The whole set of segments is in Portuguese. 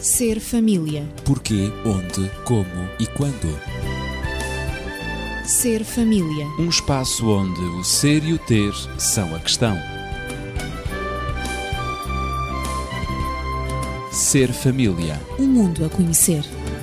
Ser família. Porquê, onde, como e quando. Ser família. Um espaço onde o ser e o ter são a questão. Ser família. Um mundo a conhecer.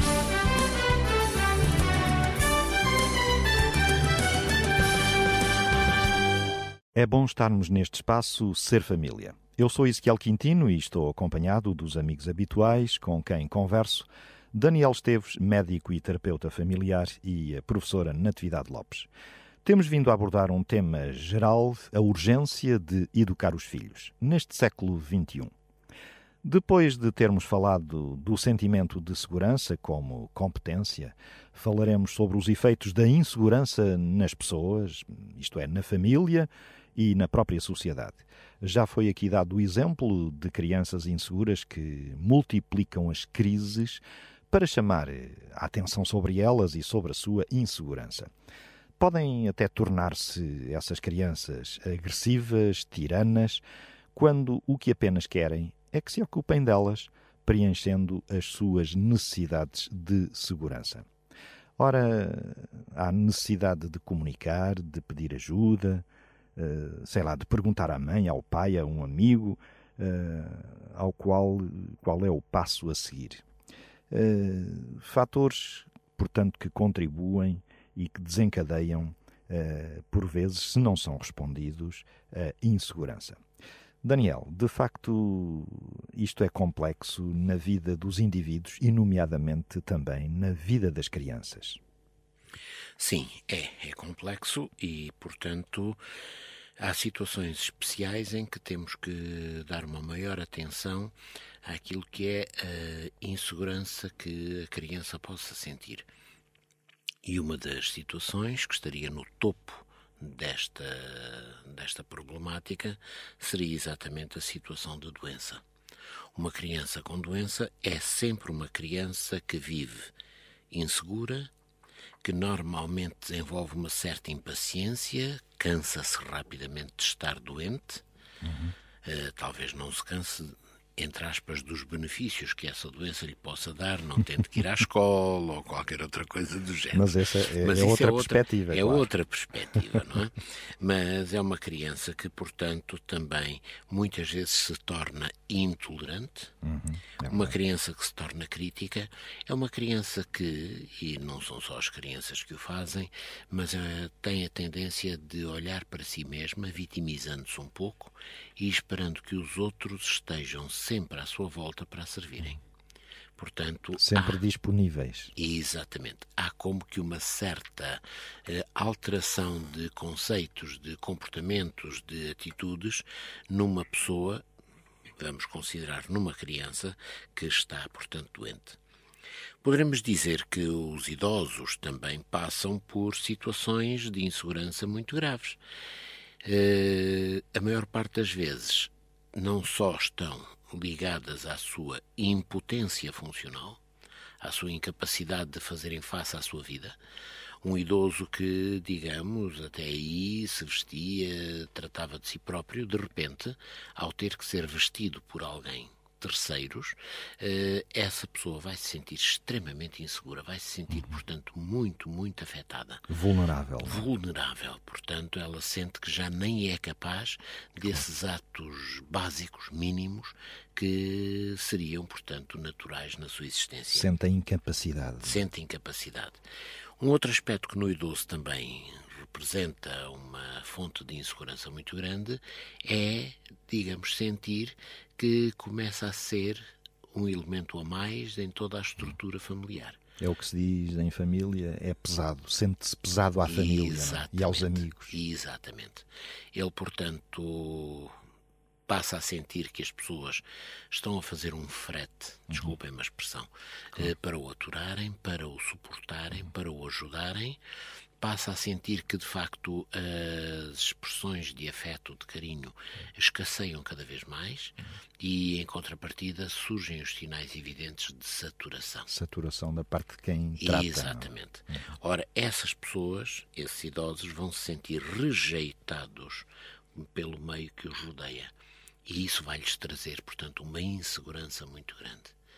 É bom estarmos neste espaço Ser Família. Eu sou Ezequiel Quintino e estou acompanhado dos amigos habituais com quem converso, Daniel Esteves, médico e terapeuta familiar, e a professora Natividade Lopes. Temos vindo a abordar um tema geral, a urgência de educar os filhos, neste século XXI. Depois de termos falado do sentimento de segurança como competência, falaremos sobre os efeitos da insegurança nas pessoas, isto é, na família e na própria sociedade. Já foi aqui dado o exemplo de crianças inseguras que multiplicam as crises para chamar a atenção sobre elas e sobre a sua insegurança. Podem até tornar-se essas crianças agressivas, tiranas, quando o que apenas querem é que se ocupem delas, preenchendo as suas necessidades de segurança. Ora, há necessidade de comunicar, de pedir ajuda, de perguntar à mãe, ao pai, a um amigo, qual é o passo a seguir. Fatores, portanto, que contribuem e que desencadeiam, por vezes, se não são respondidos, a insegurança. Daniel, de facto, isto é complexo na vida dos indivíduos e, nomeadamente, também na vida das crianças. Sim, é complexo e, portanto, há situações especiais em que temos que dar uma maior atenção àquilo que é a insegurança que a criança possa sentir. E uma das situações que estaria no topo desta problemática seria exatamente a situação de doença. Uma criança com doença é sempre uma criança que vive insegura, que normalmente desenvolve uma certa impaciência, cansa-se rapidamente de estar doente, talvez não se canse, entre aspas, dos benefícios que essa doença lhe possa dar, não tendo que ir à escola ou qualquer outra coisa do género. Mas essa é outra perspectiva. É outra perspectiva, não é? Mas é uma criança que, portanto, também muitas vezes se torna intolerante. Uma criança que se torna crítica. É uma criança que, e não são só as crianças que o fazem, mas tem a tendência de olhar para si mesma, vitimizando-se um pouco e esperando que os outros estejam sempre à sua volta para a servirem. Portanto, sempre disponíveis. Exatamente. Há como que uma certa alteração de conceitos, de comportamentos, de atitudes numa pessoa, vamos considerar numa criança, que está, portanto, doente. Poderemos dizer que os idosos também passam por situações de insegurança muito graves. A maior parte das vezes não só estão ligadas à sua impotência funcional, à sua incapacidade de fazerem face à sua vida. Um idoso que, digamos, até aí se vestia, tratava de si próprio, de repente, ao ter que ser vestido por alguém, terceiros, essa pessoa vai se sentir extremamente insegura, vai se sentir, portanto, muito, muito afetada. Vulnerável. Portanto, ela sente que já nem é capaz desses atos básicos, mínimos, que seriam, portanto, naturais na sua existência. Sente a incapacidade. Um outro aspecto que no idoso também representa uma fonte de insegurança muito grande é, digamos, sentir que começa a ser um elemento a mais em toda a estrutura familiar. É o que se diz em família, é pesado, sente-se pesado à família, e aos amigos. Exatamente. Ele, portanto, passa a sentir que as pessoas estão a fazer um frete, desculpem-me a expressão, para o aturarem, para o suportarem, para o ajudarem. Passa a sentir que, de facto, as expressões de afeto, de carinho, escasseiam cada vez mais e, em contrapartida, surgem os sinais evidentes de saturação. Saturação da parte de quem trata. Exatamente. Ora, essas pessoas, esses idosos, vão se sentir rejeitados pelo meio que os rodeia. E isso vai-lhes trazer, portanto, uma insegurança muito grande.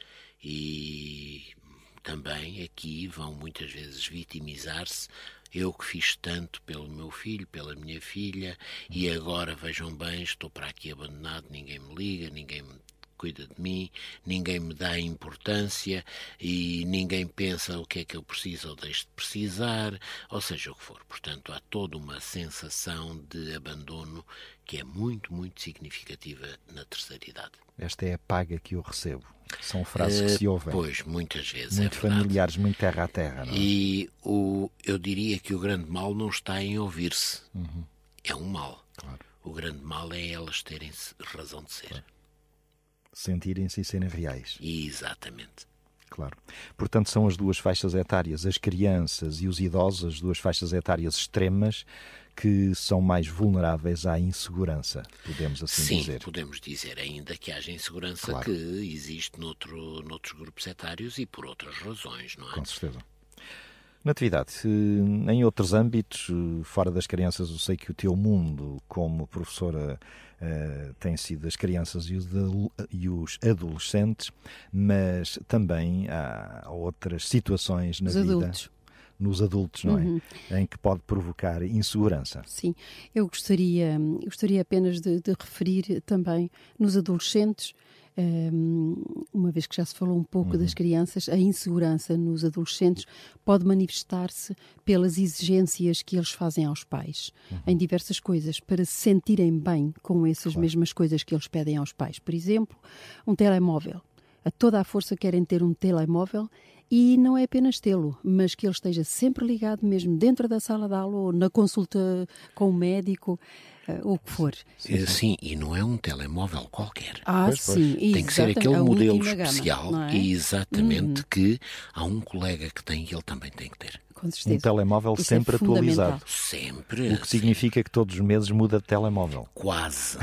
E também aqui vão muitas vezes vitimizar-se. Eu que fiz tanto pelo meu filho, pela minha filha, e agora, vejam bem, estou para aqui abandonado, ninguém me liga, ninguém me cuida de mim, ninguém me dá importância e ninguém pensa o que é que eu preciso ou deixo de precisar, ou seja o que for. Portanto, há toda uma sensação de abandono que é muito, muito significativa na terceira idade. Esta é a paga que eu recebo. São frases que se ouvem. Pois, muitas vezes muito é verdade. Familiares, muito terra a terra. Não é? E eu diria que o grande mal não está em ouvir-se. É um mal. Claro. O grande mal é elas terem razão de ser. Claro. Sentirem-se e serem reais. Exatamente. Claro. Portanto, são as duas faixas etárias, as crianças e os idosos, as duas faixas etárias extremas, que são mais vulneráveis à insegurança, podemos assim dizer. Sim, podemos dizer, ainda que haja insegurança, claro, que existe noutros grupos etários e por outras razões, não é? Com certeza. Natividade, em outros âmbitos, fora das crianças, eu sei que o teu mundo como professora tem sido as crianças e os adolescentes, mas também há outras situações na vida, nos adultos, não é? Em que pode provocar insegurança. Sim, eu gostaria apenas de referir também nos adolescentes, uma vez que já se falou um pouco das crianças, a insegurança nos adolescentes pode manifestar-se pelas exigências que eles fazem aos pais, em diversas coisas, para se sentirem bem com essas mesmas coisas que eles pedem aos pais. Por exemplo, um telemóvel. A toda a força querem ter um telemóvel e não é apenas tê-lo, mas que ele esteja sempre ligado, mesmo dentro da sala de aula ou na consulta com o médico, ou o que for. Sim, e não é um telemóvel qualquer. Sim. Tem que ser aquele modelo especial, gama, não é? E exatamente que há um colega que tem e ele também tem que ter. Com certeza. Um telemóvel Isso sempre atualizado. Sempre. O que significa que todos os meses muda de telemóvel. Quase.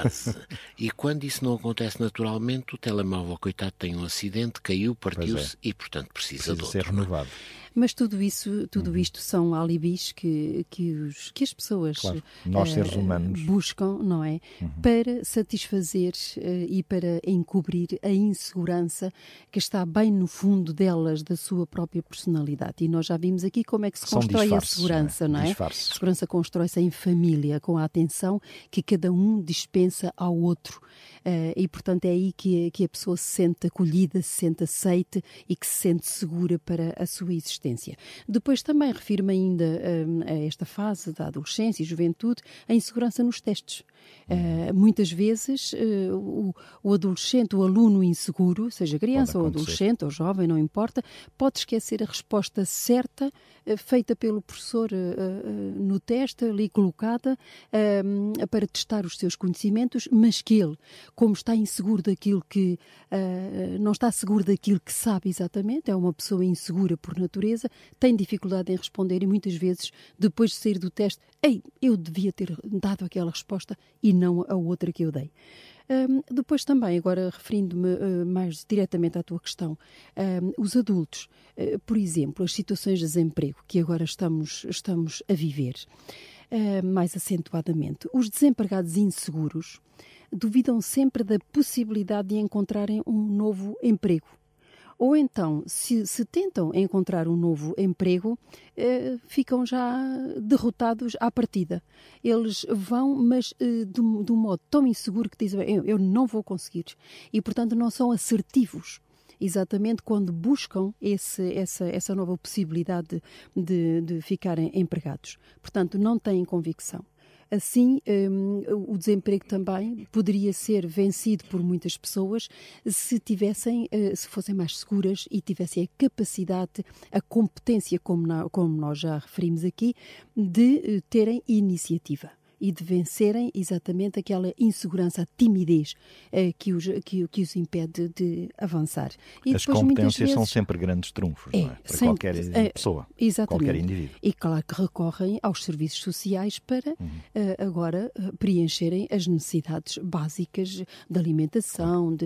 E quando isso não acontece naturalmente, o telemóvel, coitado, tem um acidente, caiu, partiu-se e, portanto, precisa de outro. Ser renovado. Mas tudo isto são alibis que as pessoas, nós seres humanos, buscam, não é? Para satisfazer e para encobrir a insegurança que está bem no fundo delas, da sua própria personalidade. E nós já vimos aqui como é que se constrói a segurança, não é? A segurança constrói-se em família, com a atenção que cada um dispensa ao outro. E, portanto, é aí que a pessoa se sente acolhida, se sente aceite e que se sente segura para a sua existência. Depois também refiro-me ainda a esta fase da adolescência e juventude, a insegurança nos testes. Muitas vezes o adolescente, o aluno inseguro, seja criança ou adolescente ou jovem, não importa, pode esquecer a resposta certa feita pelo professor no teste, ali colocada, para testar os seus conhecimentos, mas que ele, como está inseguro daquilo que não está seguro daquilo que sabe exatamente, é uma pessoa insegura por natureza, tem dificuldade em responder e muitas vezes, depois de sair do teste, eu devia ter dado aquela resposta e não a outra que eu dei. Depois também, agora referindo-me mais diretamente à tua questão, os adultos, por exemplo, as situações de desemprego que agora estamos a viver mais acentuadamente, os desempregados inseguros duvidam sempre da possibilidade de encontrarem um novo emprego. Ou então, se tentam encontrar um novo emprego, ficam já derrotados à partida. Eles vão, mas de um modo tão inseguro que dizem, eu não vou conseguir. E, portanto, não são assertivos. Exatamente quando buscam essa nova possibilidade de ficarem empregados. Portanto, não têm convicção. Assim, o desemprego também poderia ser vencido por muitas pessoas se fossem mais seguras e tivessem a capacidade, a competência, como nós já referimos aqui, de terem iniciativa e de vencerem exatamente aquela insegurança, a timidez que os impede de avançar. E as depois, competências são sempre grandes trunfos, não é? Para qualquer pessoa, qualquer indivíduo. E claro que recorrem aos serviços sociais para agora preencherem as necessidades básicas de alimentação,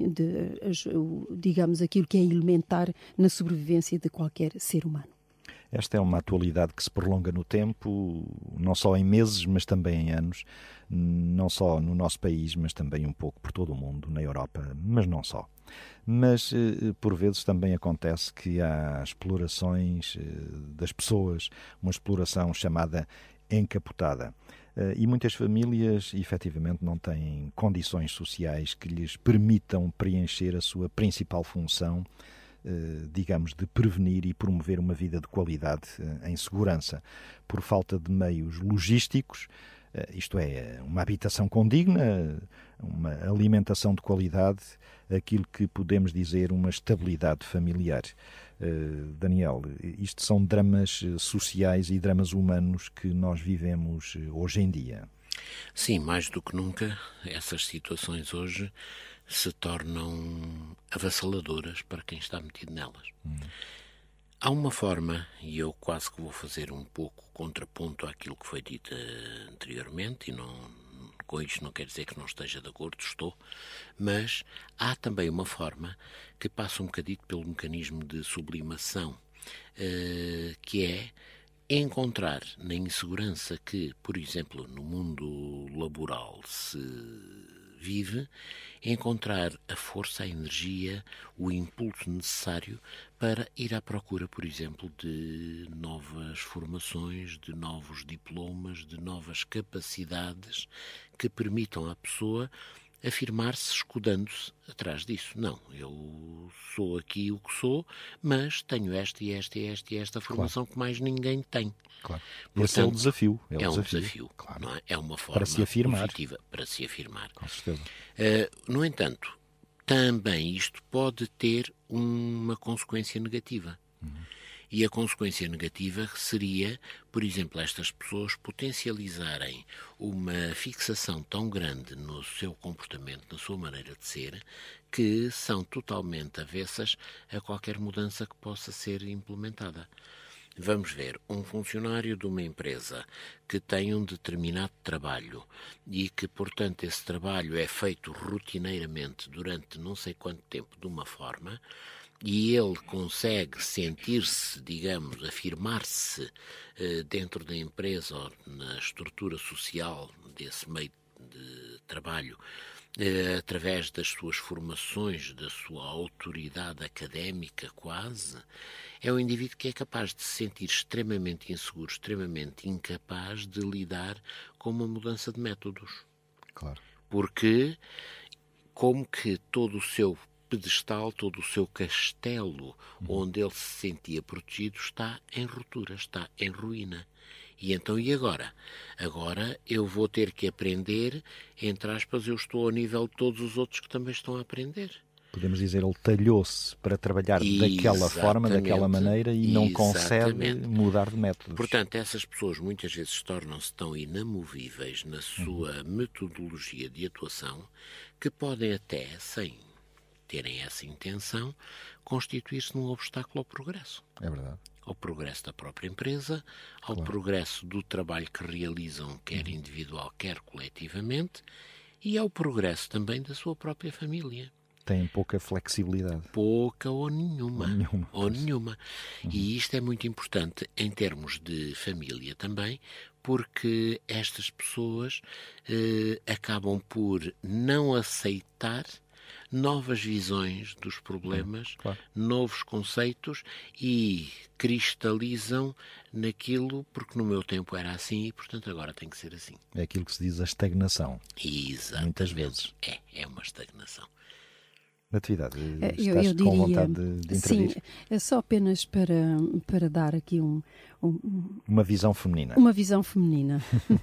digamos aquilo que é elementar na sobrevivência de qualquer ser humano. Esta é uma atualidade que se prolonga no tempo, não só em meses, mas também em anos, não só no nosso país, mas também um pouco por todo o mundo, na Europa, mas não só. Mas, por vezes, também acontece que há explorações das pessoas, uma exploração chamada encapotada. E muitas famílias, efetivamente, não têm condições sociais que lhes permitam preencher a sua principal função, digamos, de prevenir e promover uma vida de qualidade em segurança, por falta de meios logísticos, isto é, uma habitação condigna, uma alimentação de qualidade, aquilo que podemos dizer uma estabilidade familiar. Daniel, isto são dramas sociais e dramas humanos que nós vivemos hoje em dia. Sim, mais do que nunca, essas situações hoje se tornam avassaladoras para quem está metido nelas. Há uma forma, e eu quase que vou fazer um pouco contraponto àquilo que foi dito anteriormente, e com isto não quer dizer que não esteja de acordo, estou, mas há também uma forma que passa um bocadito pelo mecanismo de sublimação, que é encontrar na insegurança que, por exemplo, no mundo laboral se vive, encontrar a força, a energia, o impulso necessário para ir à procura, por exemplo, de novas formações, de novos diplomas, de novas capacidades que permitam à pessoa afirmar-se escudando-se atrás disso. Não, eu sou aqui o que sou, mas tenho esta e esta e esta e esta formação, claro, que mais ninguém tem. Claro. Esse é o desafio. É um desafio, claro, não é? É uma forma para se afirmar. Positiva para se afirmar. Com certeza. No entanto, também isto pode ter uma consequência negativa. E a consequência negativa seria, por exemplo, estas pessoas potencializarem uma fixação tão grande no seu comportamento, na sua maneira de ser, que são totalmente avessas a qualquer mudança que possa ser implementada. Vamos ver, um funcionário de uma empresa que tem um determinado trabalho e que, portanto, esse trabalho é feito rotineiramente durante não sei quanto tempo de uma forma, e ele consegue sentir-se, digamos, afirmar-se dentro da empresa ou na estrutura social desse meio de trabalho, através das suas formações, da sua autoridade académica quase, é um indivíduo que é capaz de se sentir extremamente inseguro, extremamente incapaz de lidar com uma mudança de métodos. Claro. Porque, como que todo o seu pedestal, todo o seu castelo, onde ele se sentia protegido, está em ruptura, está em ruína. E então, e agora? Agora eu vou ter que aprender, entre aspas, eu estou ao nível de todos os outros que também estão a aprender. Podemos dizer, ele talhou-se para trabalhar daquela forma, daquela maneira, e não consegue mudar de métodos. Portanto, essas pessoas muitas vezes tornam-se tão inamovíveis na sua metodologia de atuação que podem até, sem terem essa intenção, constituir-se num obstáculo ao progresso. É verdade. Ao progresso da própria empresa, ao progresso do trabalho que realizam, quer individual, quer coletivamente, e ao progresso também da sua própria família. Tem pouca flexibilidade. Pouca ou nenhuma. Ou nenhuma. E isto é muito importante em termos de família também, porque estas pessoas acabam por não aceitar novas visões dos problemas, novos conceitos, e cristalizam naquilo, porque no meu tempo era assim e, portanto, agora tem que ser assim. É aquilo que se diz a estagnação. Exatamente. Muitas vezes. É uma estagnação. Natividade, estás com vontade de intervir? Sim, é só apenas para dar aqui uma visão feminina. Uma visão feminina.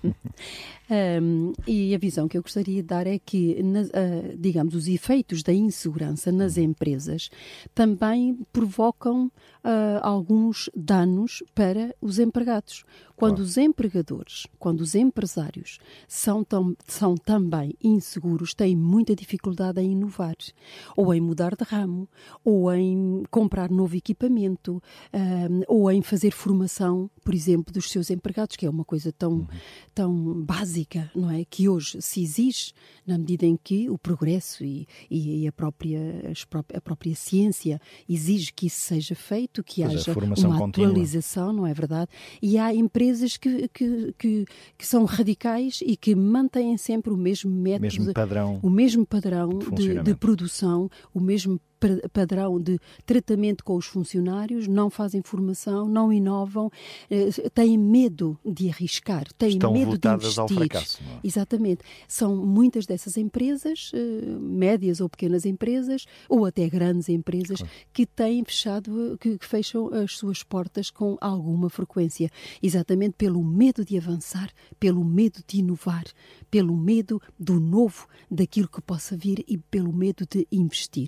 E a visão que eu gostaria de dar é que, digamos, os efeitos da insegurança nas empresas também provocam alguns danos para os empregados. Quando os empregadores, quando os empresários são também inseguros, têm muita dificuldade em inovar, ou em mudar de ramo, ou em comprar novo equipamento, ou em fazer formação gestão, por exemplo, dos seus empregados, que é uma coisa tão básica, não é? Que hoje se exige, na medida em que o progresso e a própria ciência exige que isso seja feito, que haja uma atualização, não é verdade? E há empresas que são radicais e que mantêm sempre o mesmo método, o mesmo padrão de produção, o mesmo padrão de tratamento com os funcionários, não fazem formação, não inovam, têm medo de arriscar, têm medo de investir. Ao fracasso, não é? Exatamente. São muitas dessas empresas, médias ou pequenas empresas, ou até grandes empresas, que têm que fecham as suas portas com alguma frequência, exatamente pelo medo de avançar, pelo medo de inovar, pelo medo do novo, daquilo que possa vir e pelo medo de investir.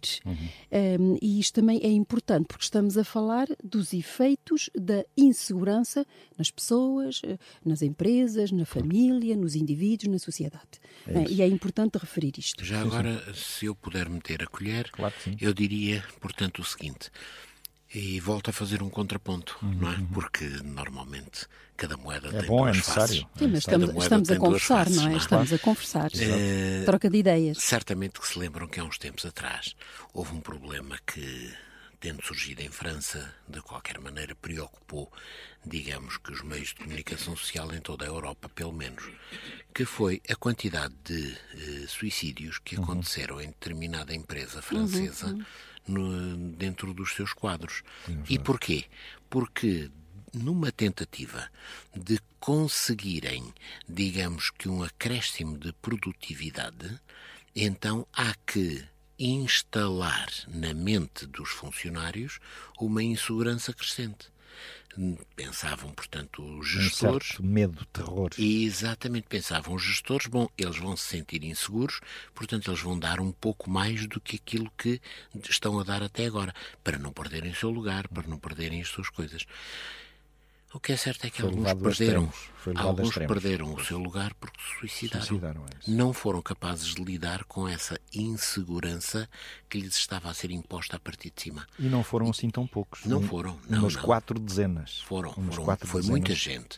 E isto também é importante, porque estamos a falar dos efeitos da insegurança nas pessoas, nas empresas, na família, nos indivíduos, na sociedade. E é importante referir isto. Já agora, se eu puder meter a colher, eu diria, portanto, o seguinte, e volto a fazer um contraponto, não é? Porque, normalmente, cada moeda tem duas faces. Sim, mas estamos a conversar, não é? Estamos a conversar. Troca de ideias. Certamente que se lembram que há uns tempos atrás houve um problema que, tendo surgido em França, de qualquer maneira preocupou, digamos que os meios de comunicação social em toda a Europa, pelo menos, que foi a quantidade de suicídios que aconteceram em determinada empresa francesa dentro dos seus quadros. E porquê? Porque numa tentativa de conseguirem, digamos que um acréscimo de produtividade, então há que instalar na mente dos funcionários uma insegurança crescente. Pensavam, portanto, os gestores... Um certo medo, terror. Exatamente, pensavam os gestores, bom, eles vão se sentir inseguros, portanto, eles vão dar um pouco mais do que aquilo que estão a dar até agora, para não perderem o seu lugar, para não perderem as suas coisas. O que é certo é que alguns perderam o seu lugar porque se suicidaram. Não foram capazes de lidar com essa insegurança que lhes estava a ser imposta a partir de cima. E não foram assim tão poucos. Não foram. Umas 4 dezenas. Foi muita gente.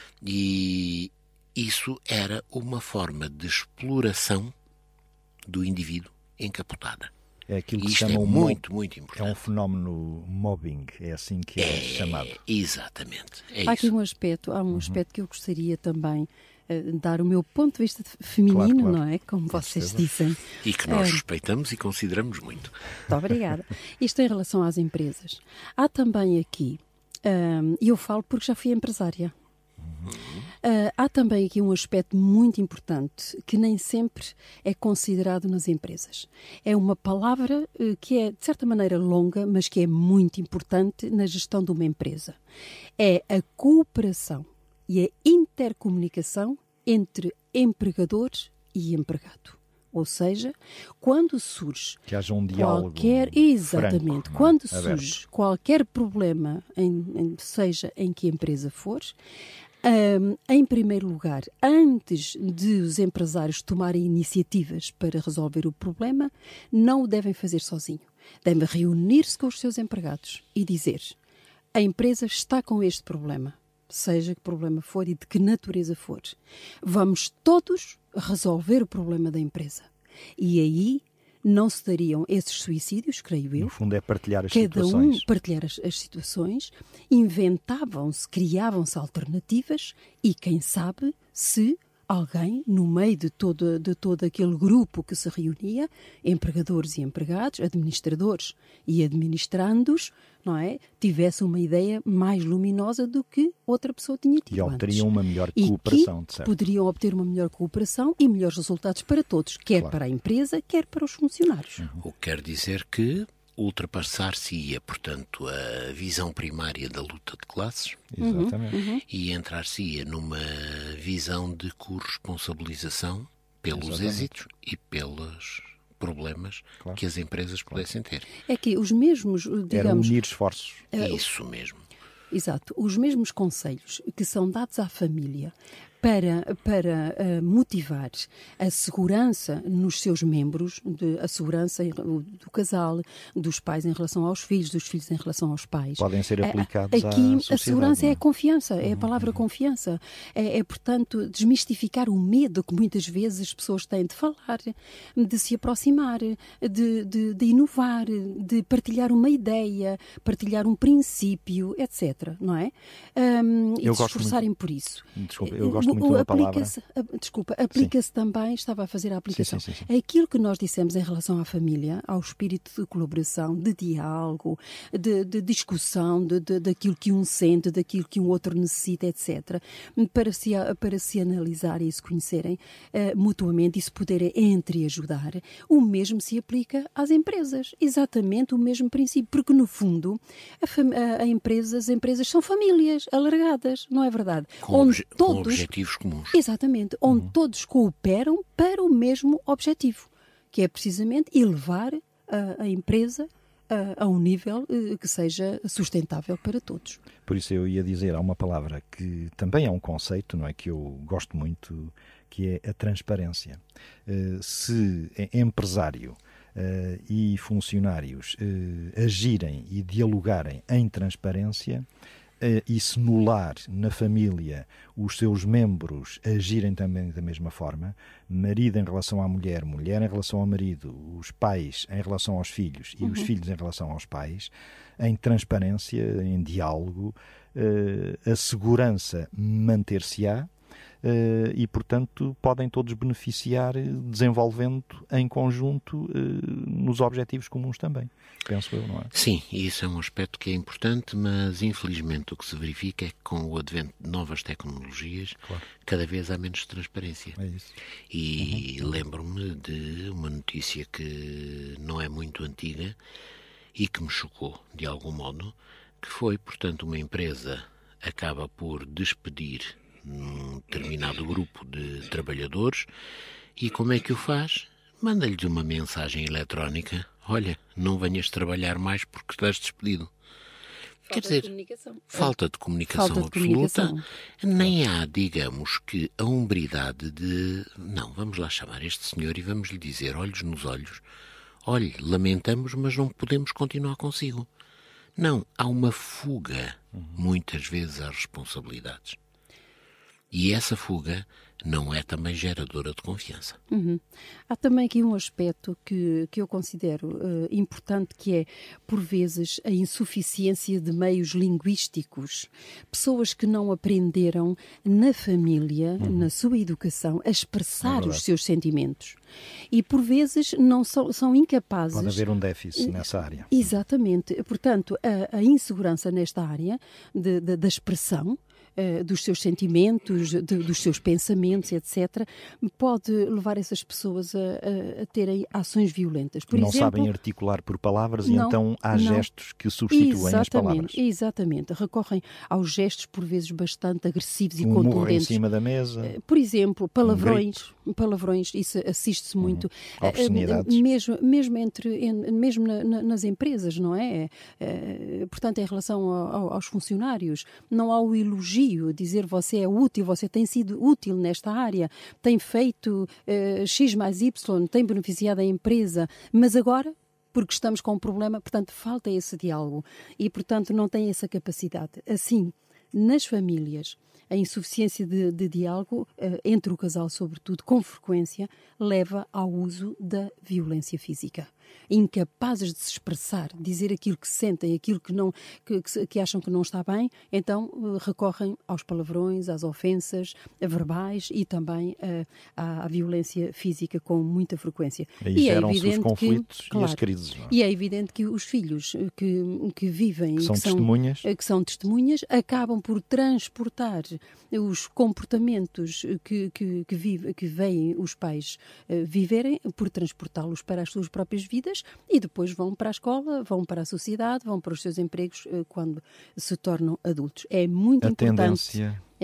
E isso era uma forma de exploração do indivíduo encapotada. É aquilo que isto se chama muito importante. É um fenómeno mobbing, é assim que é chamado. Exatamente. Há aqui um aspecto, que eu gostaria também de dar o meu ponto de vista feminino, claro. Não é? Como vocês dizem. E que nós respeitamos e consideramos muito. Muito obrigada. Isto em relação às empresas. Há também aqui, e eu falo porque já fui empresária, há também aqui um aspecto muito importante que nem sempre é considerado nas empresas. É uma palavra que é, de certa maneira, longa, mas que é muito importante na gestão de uma empresa. É a cooperação e a intercomunicação entre empregador e empregado. Ou seja, quando surge que haja um diálogo exatamente, franco, quando aberto. Surge qualquer problema, seja em que empresa for, em primeiro lugar, antes de os empresários tomarem iniciativas para resolver o problema, não o devem fazer sozinho. Devem reunir-se com os seus empregados e dizer: a empresa está com este problema, seja que problema for e de que natureza for. Vamos todos resolver o problema da empresa. E aí não se dariam esses suicídios, creio eu. No fundo é partilhar as situações. situações. Cada um partilhar as situações, inventavam-se, criavam-se alternativas e quem sabe se alguém, no meio de todo aquele grupo que se reunia, empregadores e empregados, administradores e administrandos, não é, tivesse uma ideia mais luminosa do que outra pessoa tinha tido antes. E obteriam uma melhor cooperação, de certo. Poderiam obter uma melhor cooperação e melhores resultados para todos, quer para a empresa, quer para os funcionários. O que quer dizer que ultrapassar-se-ia, portanto, a visão primária da luta de classes. Exatamente. E entrar-se-ia numa visão de corresponsabilização pelos êxitos e pelos problemas que as empresas pudessem ter. É que os mesmos, digamos... Era unir esforços. Isso mesmo. Exato. Os mesmos conselhos que são dados à família para motivar a segurança nos seus membros, a segurança do casal, dos pais em relação aos filhos, dos filhos em relação aos pais. Podem ser aplicados à Aqui sociedade, a segurança não é? é a confiança, é a palavra confiança. Portanto, desmistificar o medo que muitas vezes as pessoas têm de falar, de se aproximar, de inovar, de partilhar uma ideia, partilhar um princípio, etc. Não é? E de se esforçarem por isso. Desculpa, eu gosto muito da palavra. Aplica-se também, estava a fazer a aplicação. Sim. Aquilo que nós dissemos em relação à família, ao espírito de colaboração, de diálogo, de discussão, daquilo que um sente, daquilo que um outro necessita, etc. Para se analisar e se conhecerem mutuamente e se poderem entreajudar, o mesmo se aplica às empresas. Exatamente o mesmo princípio, porque no fundo as empresas são famílias alargadas, não é verdade? Com objetivos comuns. Exatamente, onde todos cooperam para o mesmo objetivo, que é precisamente elevar a empresa a um nível que seja sustentável para todos. Por isso eu ia dizer, há uma palavra que também é um conceito, não é, que eu gosto muito, que é a transparência. Se empresário e funcionários agirem e dialogarem em transparência, e se nular na família os seus membros agirem também da mesma forma, marido em relação à mulher, mulher em relação ao marido, os pais em relação aos filhos e os filhos em relação aos pais, em transparência, em diálogo, a segurança manter-se-á, e, portanto, podem todos beneficiar desenvolvendo em conjunto nos objetivos comuns também, penso eu, não é? Sim, e isso é um aspecto que é importante, mas infelizmente o que se verifica é que com o advento de novas tecnologias, cada vez há menos transparência. É isso. E lembro-me de uma notícia que não é muito antiga e que me chocou de algum modo, que foi, portanto, uma empresa acaba por despedir num determinado grupo de trabalhadores e como é que o faz? Manda-lhes uma mensagem eletrónica: olha, não venhas trabalhar mais porque estás despedido. Quer dizer, falta de comunicação absoluta. Nem há, digamos, que a umbridade de não, vamos lá chamar este senhor e vamos lhe dizer, olhos nos olhos, olhe, lamentamos, mas não podemos continuar consigo. Não, há uma fuga, muitas vezes, às responsabilidades. E essa fuga não é também geradora de confiança. Há também aqui um aspecto que eu considero importante, que é, por vezes, a insuficiência de meios linguísticos. Pessoas que não aprenderam na família, na sua educação, a expressar os seus sentimentos. E, por vezes, não são incapazes... Pode haver um déficit nessa área. Exatamente. Portanto, a insegurança nesta área da expressão, dos seus sentimentos, dos seus pensamentos, etc., pode levar essas pessoas a terem ações violentas. Por não exemplo, sabem articular por palavras e então há gestos que substituem as palavras. Exatamente. Recorrem aos gestos, por vezes, bastante agressivos e contundentes. Murro em cima da mesa. Por exemplo, palavrões, isso assiste-se muito. Obscenidades. Mesmo nas empresas, não é? Portanto, em relação aos funcionários, não há o elogio, dizer você é útil, você tem sido útil nesta área, tem feito X mais Y, tem beneficiado a empresa, mas agora, porque estamos com um problema, portanto, falta esse diálogo e, portanto, não tem essa capacidade. Assim, nas famílias, a insuficiência de diálogo entre o casal, sobretudo, com frequência, leva ao uso da violência física. Incapazes de se expressar, dizer aquilo que sentem, aquilo que acham que não está bem, então recorrem aos palavrões, às ofensas verbais e também à violência física com muita frequência. Aí geram-se os conflitos e as crises. Não é? E é evidente que os filhos que vivem que são testemunhas, acabam por transportar os comportamentos que veem os pais viverem, por transportá-los para as suas próprias vidas e depois vão para a escola, vão para a sociedade, vão para os seus empregos quando se tornam adultos. É muito importante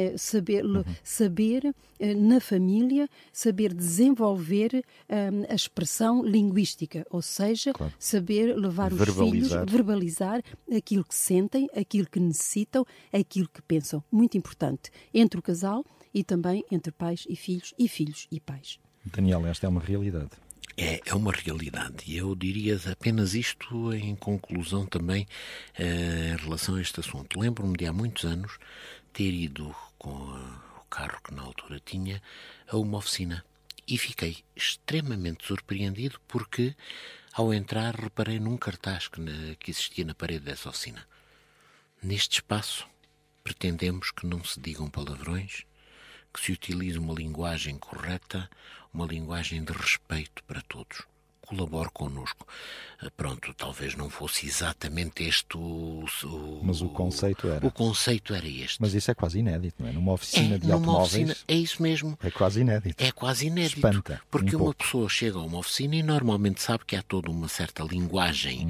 saber na família, saber desenvolver a expressão linguística, ou seja, saber levar os filhos, verbalizar aquilo que sentem, aquilo que necessitam, aquilo que pensam. Muito importante entre o casal e também entre pais e filhos e pais. Daniel, esta é uma realidade. É uma realidade. E eu diria apenas isto em conclusão também em relação a este assunto. Lembro-me de há muitos anos ter ido com o carro que na altura tinha a uma oficina e fiquei extremamente surpreendido porque ao entrar reparei num cartaz que existia na parede dessa oficina. Neste espaço pretendemos que não se digam palavrões, que se utilize uma linguagem correta, uma linguagem de respeito para todos. Colabore connosco. Pronto, talvez não fosse exatamente este Mas o conceito era. O conceito era este. Mas isso é quase inédito, não é? Numa oficina de automóveis. É isso mesmo. É quase inédito. É quase inédito. Espanta. Porque uma pessoa chega a uma oficina e normalmente sabe que há toda uma certa linguagem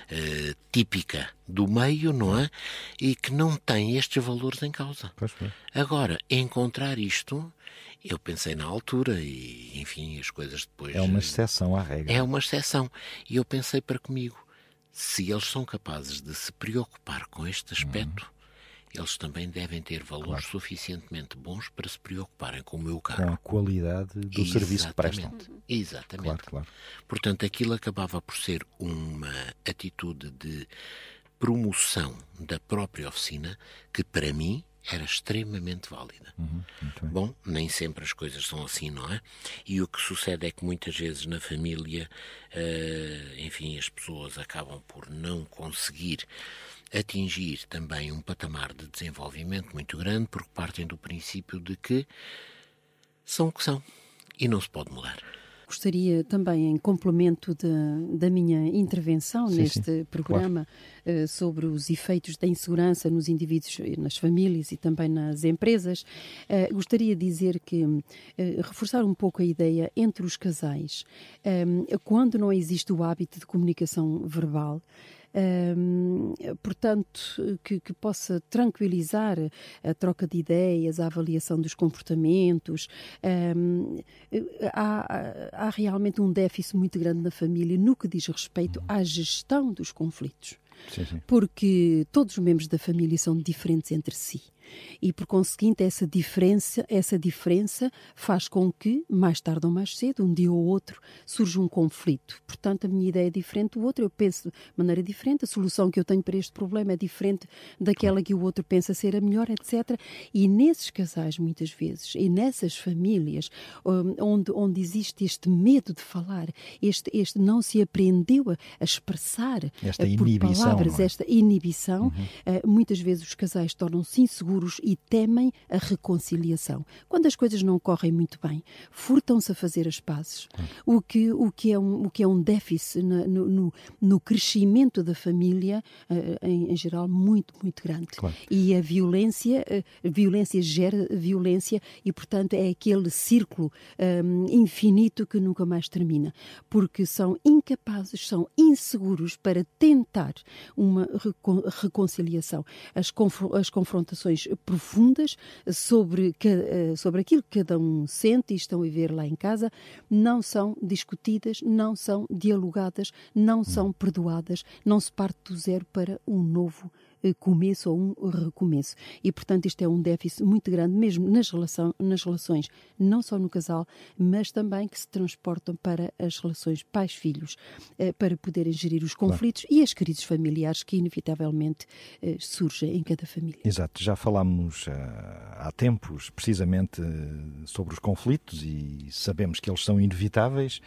típica do meio, não é? E que não tem estes valores em causa. Pois foi. Agora, encontrar isto, eu pensei na altura e, enfim, as coisas depois... É uma exceção à regra. É uma exceção. E eu pensei para comigo, se eles são capazes de se preocupar com este aspecto, eles também devem ter valores suficientemente bons para se preocuparem com o meu carro. Com a qualidade do serviço que prestam. Exatamente. Claro. Portanto, aquilo acabava por ser uma atitude de promoção da própria oficina que, para mim, era extremamente válida. Bom, nem sempre as coisas são assim, não é? E o que sucede é que muitas vezes na família, enfim, as pessoas acabam por não conseguir atingir também um patamar de desenvolvimento muito grande porque partem do princípio de que são o que são e não se pode mudar. Gostaria também, em complemento da minha intervenção neste programa, sobre os efeitos da insegurança nos indivíduos, nas famílias e também nas empresas, gostaria de dizer que, reforçar um pouco a ideia entre os casais, quando não existe o hábito de comunicação verbal, portanto, que possa tranquilizar a troca de ideias, a avaliação dos comportamentos. Há realmente um déficit muito grande na família no que diz respeito à gestão dos conflitos. Sim. Porque todos os membros da família são diferentes entre si. E, por conseguinte, essa diferença faz com que, mais tarde ou mais cedo, um dia ou outro, surja um conflito. Portanto, a minha ideia é diferente do outro, eu penso de maneira diferente, a solução que eu tenho para este problema é diferente daquela que o outro pensa ser a melhor, etc. E nesses casais, muitas vezes, e nessas famílias, onde existe este medo de falar, este não se aprendeu a expressar por palavras, esta inibição, muitas vezes os casais tornam-se inseguros e temem a reconciliação. Quando as coisas não correm muito bem, furtam-se a fazer as pazes, o que é um déficit no crescimento da família, em geral, muito, muito grande. Claro. E a violência gera violência e, portanto, é aquele círculo infinito que nunca mais termina, porque são incapazes, são inseguros para tentar uma reconciliação. As confrontações profundas sobre aquilo que cada um sente e estão a viver lá em casa não são discutidas, não são dialogadas, não são perdoadas, não se parte do zero para um novo começo ou um recomeço. E, portanto, isto é um déficit muito grande, mesmo nas relações, não só no casal, mas também que se transportam para as relações pais-filhos, para poderem gerir os conflitos e as crises familiares que, inevitavelmente, surgem em cada família. Exato. Já falámos há tempos, precisamente, sobre os conflitos e sabemos que eles são inevitáveis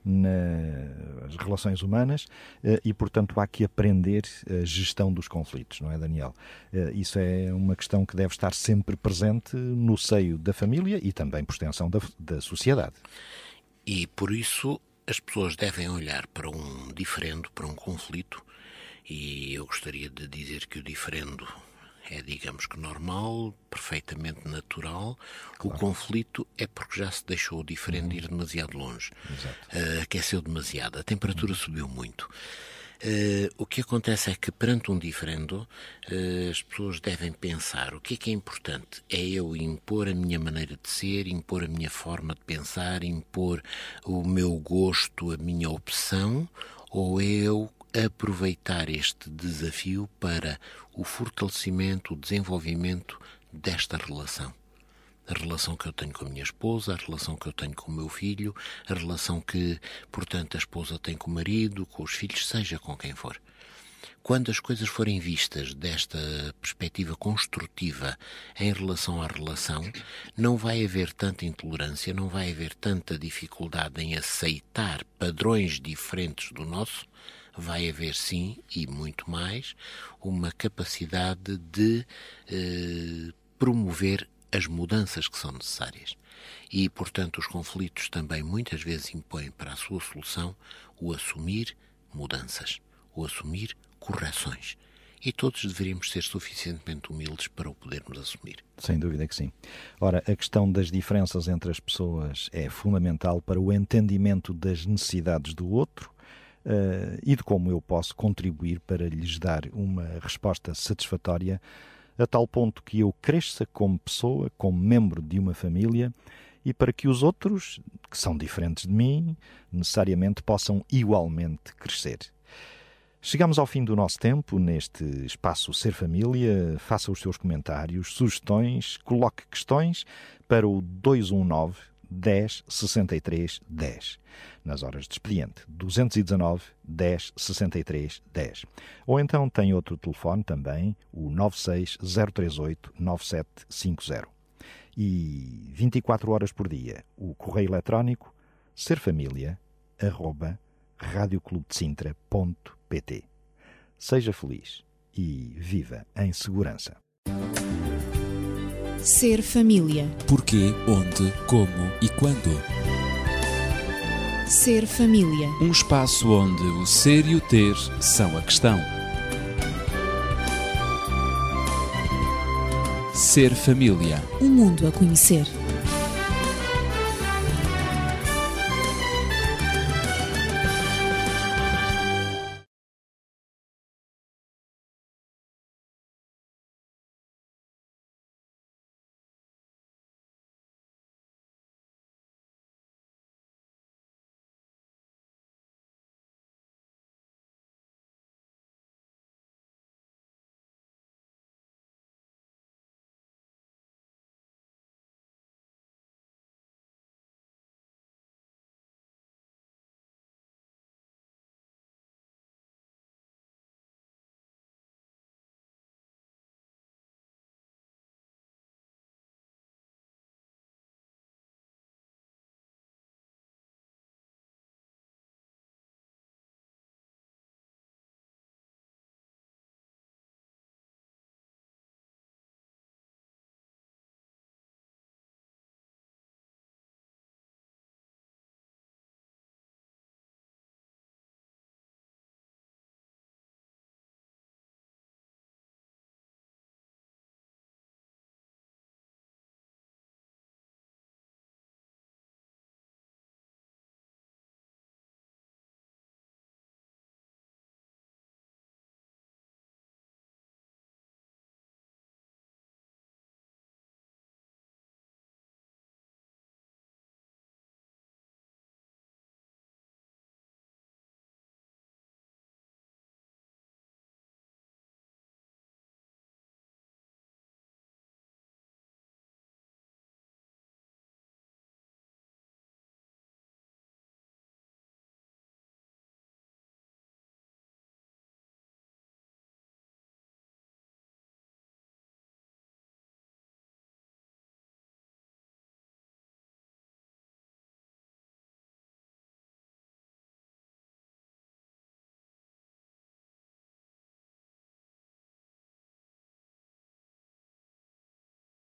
nas relações humanas e, portanto, há que aprender a gestão dos conflitos, não é, Daniel? Isso é uma questão que deve estar sempre presente no seio da família e também, por extensão, da sociedade. E, por isso, as pessoas devem olhar para um diferendo, para um conflito, e eu gostaria de dizer que o diferendo é, digamos que normal, perfeitamente natural. Claro. O conflito é porque já se deixou o diferente ir demasiado longe. Aqueceu demasiado, a temperatura subiu muito. O que acontece é que, perante um diferendo, as pessoas devem pensar o que é importante. É eu impor a minha maneira de ser, impor a minha forma de pensar, impor o meu gosto, a minha opção, ou eu aproveitar este desafio para o fortalecimento, o desenvolvimento desta relação. A relação que eu tenho com a minha esposa, a relação que eu tenho com o meu filho, a relação que, portanto, a esposa tem com o marido, com os filhos, seja com quem for. Quando as coisas forem vistas desta perspectiva construtiva em relação à relação, não vai haver tanta intolerância, não vai haver tanta dificuldade em aceitar padrões diferentes do nosso. Vai haver, sim, e muito mais, uma capacidade de promover as mudanças que são necessárias. E, portanto, os conflitos também muitas vezes impõem para a sua solução o assumir mudanças, o assumir correções. E todos deveríamos ser suficientemente humildes para o podermos assumir. Sem dúvida que sim. Ora, a questão das diferenças entre as pessoas é fundamental para o entendimento das necessidades do outro e de como eu posso contribuir para lhes dar uma resposta satisfatória a tal ponto que eu cresça como pessoa, como membro de uma família e para que os outros, que são diferentes de mim, necessariamente possam igualmente crescer. Chegamos ao fim do nosso tempo neste espaço Ser Família. Faça os seus comentários, sugestões, coloque questões para o 219 10 63 10. Nas horas de expediente, 219 10 63 10. Ou então tem outro telefone também, o 96 038 9750. E 24 horas por dia, o correio eletrónico serfamilia@radioclubdesintra.pt. Seja feliz e viva em segurança. Ser família. Porquê, onde, como e quando. Ser família. Um espaço onde o ser e o ter são a questão. Ser família. Um mundo a conhecer.